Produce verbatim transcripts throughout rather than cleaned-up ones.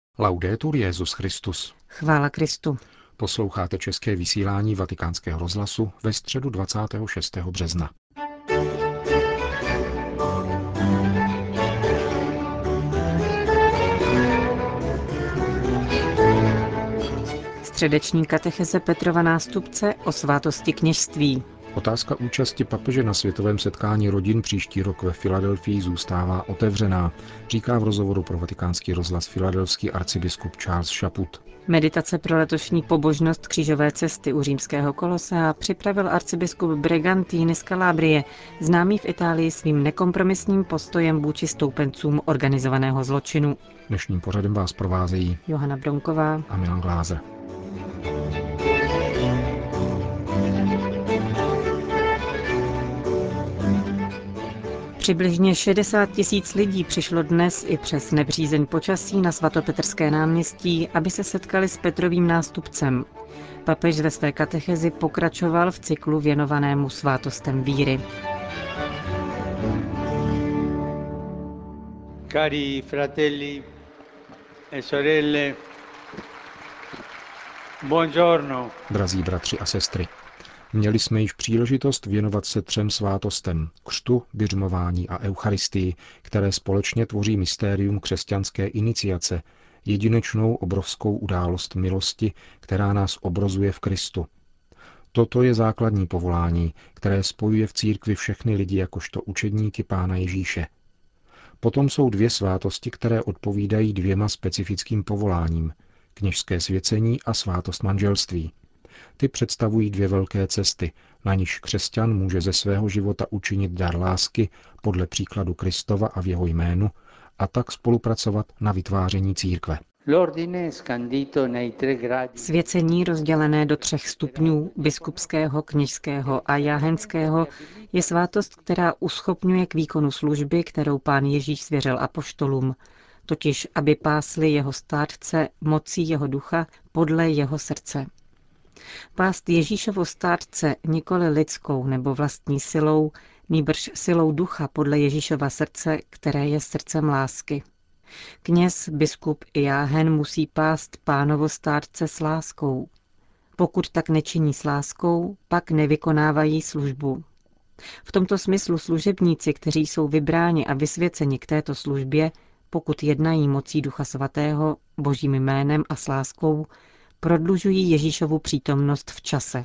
Laudetur Jesus Christus. Chvála Kristu. Posloucháte české vysílání Vatikánského rozhlasu ve středu dvacátého šestého března. Středeční katecheze Petrova nástupce o svátosti kněžství. Otázka účasti papeže na světovém setkání rodin příští rok ve Filadelfii zůstává otevřená, říká v rozhovoru pro Vatikánský rozhlas filadelfský arcibiskup Charles Chaput. Meditace pro letošní pobožnost křížové cesty u římského kolosea připravil arcibiskup Bregantini z Kalábrie, známý v Itálii svým nekompromisním postojem vůči stoupencům organizovaného zločinu. Dnešním pořadem vás provázejí Johana Bronková a Milan Glázer. Přibližně šedesát tisíc lidí přišlo dnes i přes nepřízeň počasí na svatopetrské náměstí, aby se setkali s Petrovým nástupcem. Papež ve své katechezi pokračoval v cyklu věnovanému svátostem víry. Cari fratelli e sorelle, buongiorno. Drazí bratři a sestry, měli jsme již příležitost věnovat se třem svátostem, křtu, biřmování a eucharistii, které společně tvoří mystérium křesťanské iniciace, jedinečnou obrovskou událost milosti, která nás obrozuje v Kristu. Toto je základní povolání, které spojuje v církvi všechny lidi jakožto učedníky Pána Ježíše. Potom jsou dvě svátosti, které odpovídají dvěma specifickým povoláním, kněžské svěcení a svátost manželství. Ty představují dvě velké cesty, na nichž křesťan může ze svého života učinit dar lásky podle příkladu Kristova a v jeho jménu a tak spolupracovat na vytváření církve. Svěcení rozdělené do třech stupňů, biskupského, kněžského a jáhenského, je svátost, která uschopňuje k výkonu služby, kterou Pán Ježíš svěřil apoštolům, totiž aby pásli jeho stádce mocí jeho ducha podle jeho srdce. Pást Ježíšovo stádce nikoli lidskou nebo vlastní silou, nýbrž silou ducha podle Ježíšova srdce, které je srdcem lásky. Kněz, biskup i jáhen musí pást Pánovo stádce s láskou. Pokud tak nečiní s láskou, pak nevykonávají službu. V tomto smyslu služebníci, kteří jsou vybráni a vysvěceni k této službě, pokud jednají mocí Ducha Svatého, Božím jménem a s láskou, prodlužují Ježíšovu přítomnost v čase.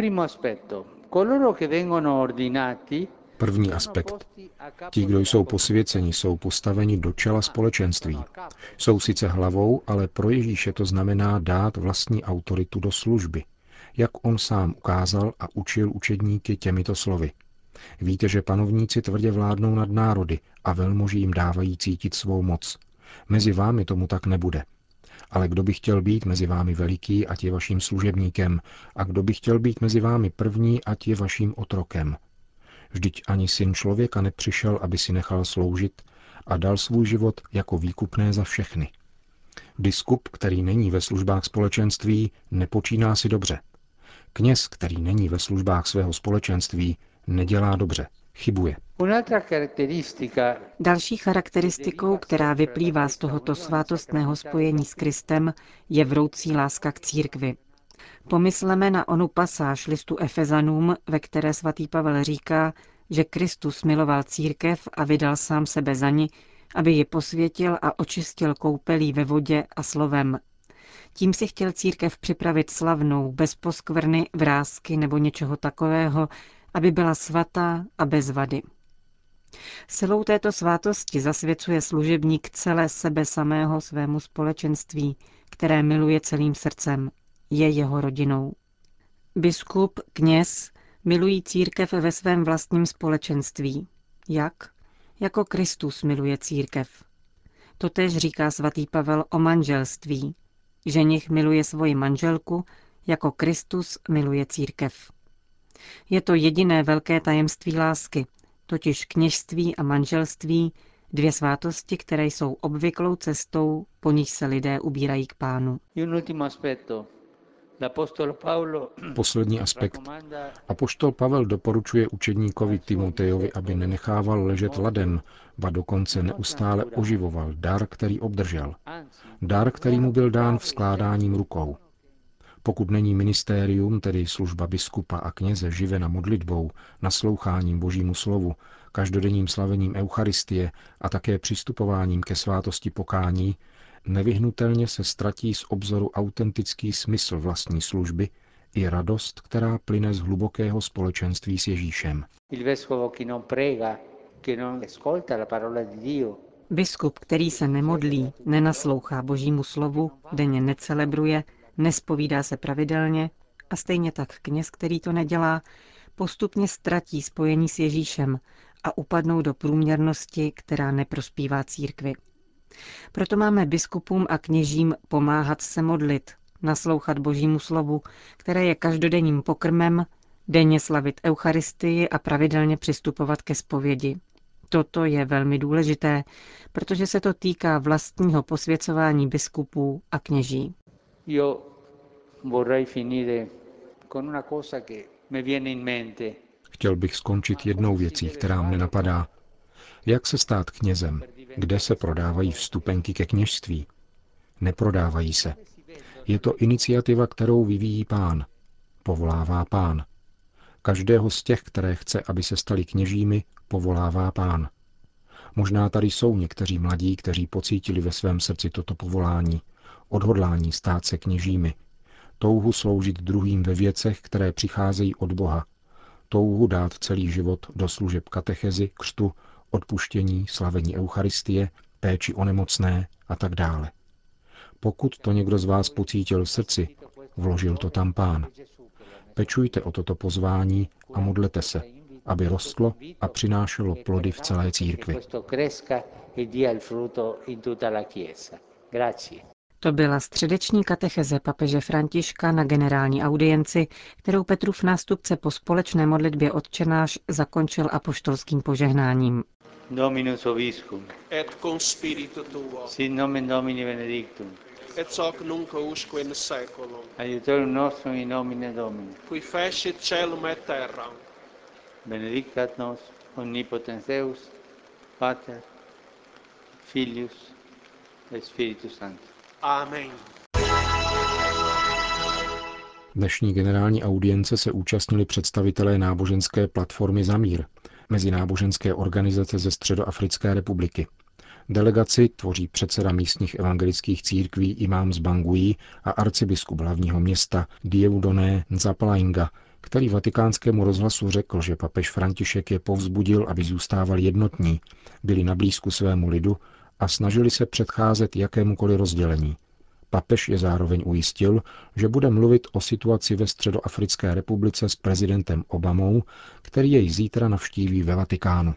První aspekt. Ti, kdo jsou posvěceni, jsou postaveni do čela společenství. Jsou sice hlavou, ale pro Ježíše to znamená dát vlastní autoritu do služby, jak on sám ukázal a učil učedníky těmito slovy. Víte, že panovníci tvrdě vládnou nad národy a velmoži jim dávají cítit svou moc. Mezi vámi tomu tak nebude. Ale kdo by chtěl být mezi vámi veliký, ať je vaším služebníkem, a kdo by chtěl být mezi vámi první, ať je vaším otrokem. Vždyť ani syn člověka nepřišel, aby si nechal sloužit a dal svůj život jako výkupné za všechny. Biskup, který není ve službách společenství, nepočíná si dobře. Kněz, který není ve službách svého společenství, nedělá dobře, chybuje. Další charakteristikou, která vyplývá z tohoto svátostného spojení s Kristem, je vroucí láska k církvi. Pomysleme na onu pasáž listu Efezanům, ve které svatý Pavel říká, že Kristus miloval církev a vydal sám sebe za ni, aby ji posvětil a očistil koupelí ve vodě a slovem. Tím si chtěl církev připravit slavnou, bez poskvrny, vrásky nebo něčeho takového, aby byla svatá a bez vady. Silou této svátosti zasvěcuje služebník celé sebe samého svému společenství, které miluje celým srdcem. Je jeho rodinou. Biskup, kněz, milují církev ve svém vlastním společenství. Jak? Jako Kristus miluje církev. Totéž říká svatý Pavel o manželství. Ženich miluje svoji manželku, jako Kristus miluje církev. Je to jediné velké tajemství lásky, totiž kněžství a manželství, dvě svátosti, které jsou obvyklou cestou, po níž se lidé ubírají k Pánu. Poslední aspekt. Apoštol Pavel doporučuje učedníkovi Timotejovi, aby nenechával ležet ladem, ba dokonce neustále oživoval dar, který obdržel. Dar, který mu byl dán vzkládáním rukou. Pokud není ministérium, tedy služba biskupa a kněze živena modlitbou, nasloucháním Božímu slovu, každodenním slavením Eucharistie a také přistupováním ke svátosti pokání, nevyhnutelně se ztratí z obzoru autentický smysl vlastní služby i radost, která plyne z hlubokého společenství s Ježíšem. Biskup, který se nemodlí, nenaslouchá Božímu slovu, denně necelebruje, nespovídá se pravidelně a stejně tak kněz, který to nedělá, postupně ztratí spojení s Ježíšem a upadnou do průměrnosti, která neprospívá církvi. Proto máme biskupům a kněžím pomáhat se modlit, naslouchat Božímu slovu, které je každodenním pokrmem, denně slavit Eucharistii a pravidelně přistupovat ke zpovědi. Toto je velmi důležité, protože se to týká vlastního posvěcování biskupů a kněží. Chtěl bych skončit jednou věcí, která mne napadá. Jak se stát knězem? Kde se prodávají vstupenky ke kněžství? Neprodávají se. Je to iniciativa, kterou vyvíjí Pán. Povolává Pán. Každého z těch, které chce, aby se stali kněžími, povolává Pán. Možná tady jsou někteří mladí, kteří pocítili ve svém srdci toto povolání, odhodlání stát se kněžími, touhu sloužit druhým ve věcech, které přicházejí od Boha, touhu dát celý život do služeb katechezy, křtu, odpuštění, slavení Eucharistie, péči o nemocné a tak dále. Pokud to někdo z vás pocítil v srdci, vložil to tam Pán. Pečujte o toto pozvání a modlete se, aby rostlo a přinášelo plody v celé církvi. To byla středeční katecheze papeže Františka na generální audienci, kterou Petrův nástupce po společné modlitbě Otčenáš zakončil apoštolským požehnáním. Dominus vobiscum. Et cum spiritu tuo. Sit nomen Domini benedictum. Et hoc nunc usque in saeculum. Aiutorium nostrum in nomine Domini. Qui fecit caelum et terram. Benedicat nos omnipotens Deus, Pater, Filius et Spiritus Sanctus. Amen. Dnešní generální audience se účastnili představitelé náboženské platformy Za mír, mezináboženské organizace ze Středoafrické republiky. Delegaci tvoří předseda místních evangelických církví imám z Bangui a arcibiskup hlavního města Dieudonné Nzapalainga, který Vatikánskému rozhlasu řekl, že papež František je povzbudil, aby zůstávali jednotní, byli na blízku svému lidu a snažili se předcházet jakémukoliv rozdělení. Papež je zároveň ujistil, že bude mluvit o situaci ve Středoafrické republice s prezidentem Obamou, který jej zítra navštíví ve Vatikánu.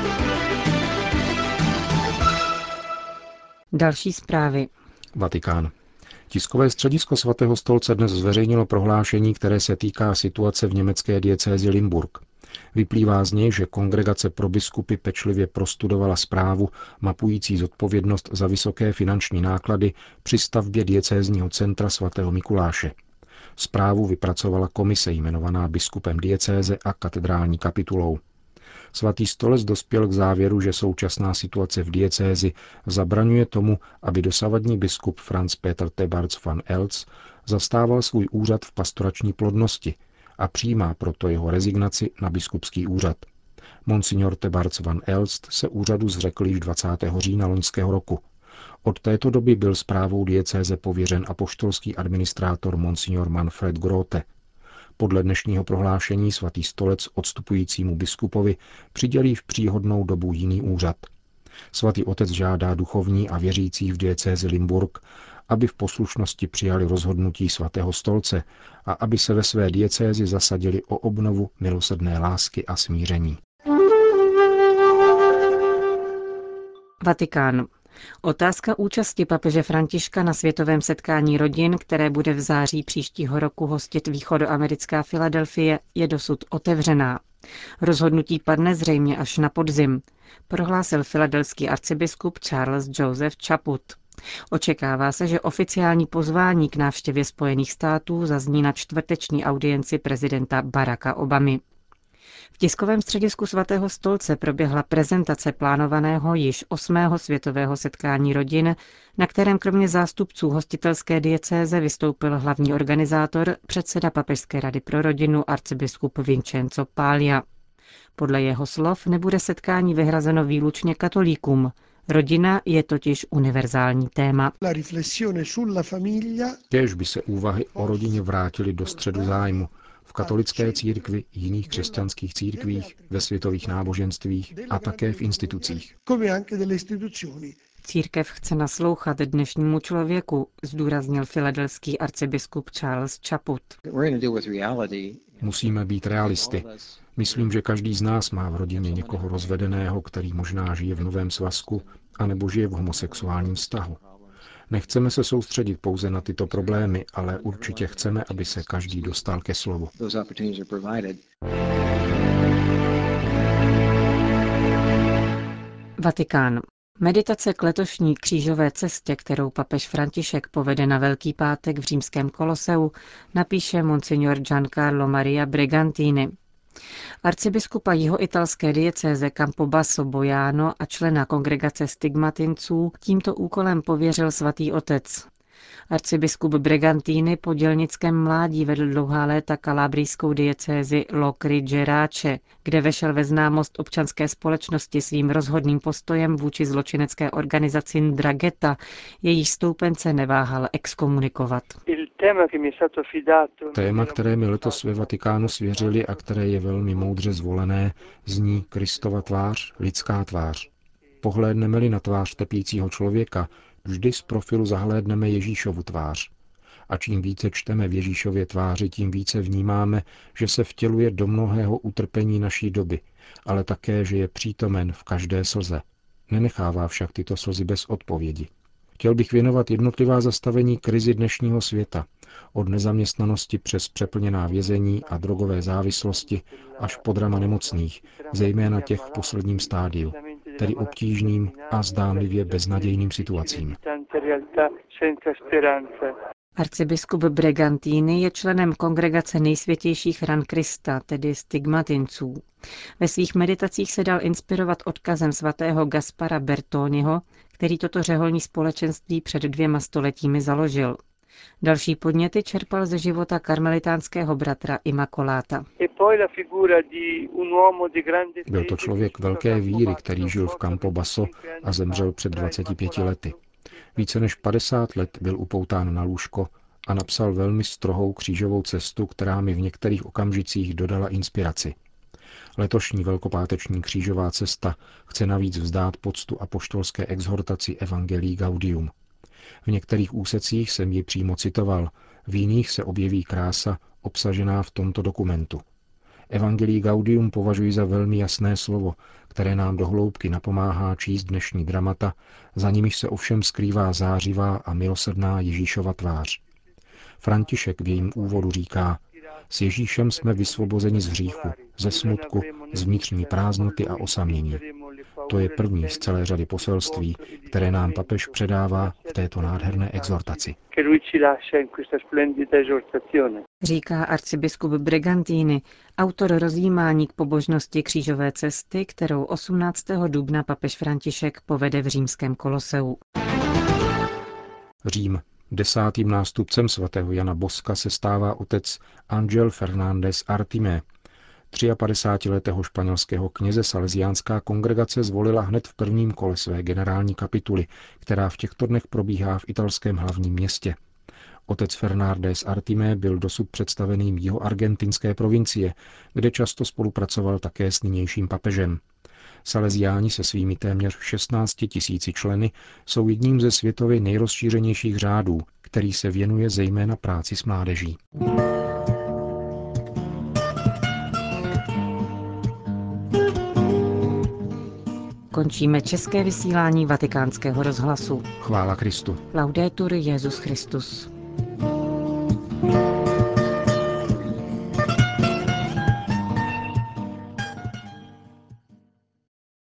Další zprávy. Vatikán. Tiskové středisko Svatého stolce dnes zveřejnilo prohlášení, které se týká situace v německé diecézi Limburg. Vyplývá z něj, že Kongregace pro biskupy pečlivě prostudovala zprávu mapující zodpovědnost za vysoké finanční náklady při stavbě diecézního centra svatého Mikuláše. Zprávu vypracovala komise jmenovaná biskupem diecéze a katedrální kapitulou. Svatý stolec dospěl k závěru, že současná situace v diecézi zabraňuje tomu, aby dosavadní biskup Franz Peter Thebarts van Elst zastával svůj úřad v pastorační plodnosti a přijímá proto jeho rezignaci na biskupský úřad. Monsignor Thebarts van Elst se úřadu zřekl již dvacátého října loňského roku. Od této doby byl správou diecéze pověřen apoštolský administrátor Monsignor Manfred Grote. Podle dnešního prohlášení Svatý stolec odstupujícímu biskupovi přidělí v příhodnou dobu jiný úřad. Svatý otec žádá duchovní a věřící v diecézi Limburg, aby v poslušnosti přijali rozhodnutí Svatého stolce a aby se ve své diecézi zasadili o obnovu milosrdné lásky a smíření. Vatikán. Otázka účasti papeže Františka na světovém setkání rodin, které bude v září příštího roku hostit východoamerická Filadelfie, je dosud otevřená. Rozhodnutí padne zřejmě až na podzim, prohlásil filadelský arcibiskup Charles Joseph Chaput. Očekává se, že oficiální pozvání k návštěvě Spojených států zazní na čtvrteční audienci prezidenta Baracka Obamy. V tiskovém středisku Svatého stolce proběhla prezentace plánovaného již osmého světového setkání rodin, na kterém kromě zástupců hostitelské diecéze vystoupil hlavní organizátor, předseda Papežské rady pro rodinu arcibiskup Vincenzo Paglia. Podle jeho slov nebude setkání vyhrazeno výlučně katolíkům. Rodina je totiž univerzální téma. Kéž by se úvahy o rodině vrátily do středu zájmu v katolické církvi, jiných křesťanských církvích, ve světových náboženstvích a také v institucích. Církev chce naslouchat dnešnímu člověku, zdůraznil filadelský arcibiskup Charles Chaput. Musíme být realisty. Myslím, že každý z nás má v rodině někoho rozvedeného, který možná žije v novém svazku, anebo žije v homosexuálním vztahu. Nechceme se soustředit pouze na tyto problémy, ale určitě chceme, aby se každý dostal ke slovu. Vatikán. Meditace k letošní křížové cestě, kterou papež František povede na Velký pátek v římském Koloseu, napíše monsignor Giancarlo Maria Bregantini. Arcibiskupa jihoitalské diecéze Campobasso Bojano a člena kongregace stigmatinců tímto úkolem pověřil svatý otec. Arcibiskup Bregantini po dělnickém mládí vedl dlouhá léta kalabrijskou diecézi Locri Gerace, kde vešel ve známost občanské společnosti svým rozhodným postojem vůči zločinecké organizaci Ndrangheta, jejíž stoupence neváhal exkomunikovat. Téma, které mi letos ve Vatikánu svěřili a které je velmi moudře zvolené, zní Kristova tvář, lidská tvář. Pohlédneme-li na tvář trpícího člověka, vždy z profilu zahlédneme Ježíšovu tvář. A čím více čteme v Ježíšově tváři, tím více vnímáme, že se vtěluje do mnohého utrpení naší doby, ale také, že je přítomen v každé slze. Nenechává však tyto slzy bez odpovědi. Chtěl bych věnovat jednotlivá zastavení krizi dnešního světa, od nezaměstnanosti přes přeplněná vězení a drogové závislosti až po drama nemocných, zejména těch v posledním stádiu, tedy obtížným a zdánlivě beznadějným situacím. Arcibiskup Bregantini je členem kongregace nejsvětějších ran Krista, tedy stigmatinců. Ve svých meditacích se dal inspirovat odkazem svatého Gaspara Bertoniho, který toto řeholní společenství před dvěma stoletími založil. Další podněty čerpal ze života karmelitánského bratra Immacolata. Byl to člověk velké víry, který žil v Campobasso a zemřel před dvaceti pěti lety. Více než padesát let byl upoután na lůžko a napsal velmi strohou křížovou cestu, která mi v některých okamžicích dodala inspiraci. Letošní velkopáteční křížová cesta chce navíc vzdát poctu apoštolské exhortaci Evangelii Gaudium. V některých úsecích jsem ji přímo citoval, v jiných se objeví krása obsažená v tomto dokumentu. Evangelii Gaudium považuji za velmi jasné slovo, které nám do hloubky napomáhá číst dnešní dramata, za nimiž se ovšem skrývá zářivá a milosrdná Ježíšova tvář. František v jejím úvodu říká: s Ježíšem jsme vysvobozeni z hříchu, ze smutku, z vnitřní prázdnoty a osamění. To je první z celé řady poselství, které nám papež předává v této nádherné exhortaci. Říká arcibiskup Bregantini, autor rozjímání k pobožnosti křížové cesty, kterou osmnáctého dubna papež František povede v římském Koloseu. Řím. Desátým nástupcem svatého Jana Boska se stává otec Ángel Fernández Artimé. padesátitříletého španělského kněze salesiánská kongregace zvolila hned v prvním kole své generální kapituly, která v těchto dnech probíhá v italském hlavním městě. Otec Fernández Artimé byl dosud představeným jihoargentinské provincie, kde často spolupracoval také s nynějším papežem. Salesiáni se svými téměř šestnácti tisíci členy jsou jedním ze světově nejrozšířenějších řádů, který se věnuje zejména práci s mládeží. Končíme české vysílání Vatikánského rozhlasu. Chvála Kristu. Laudetur Jesus Christus.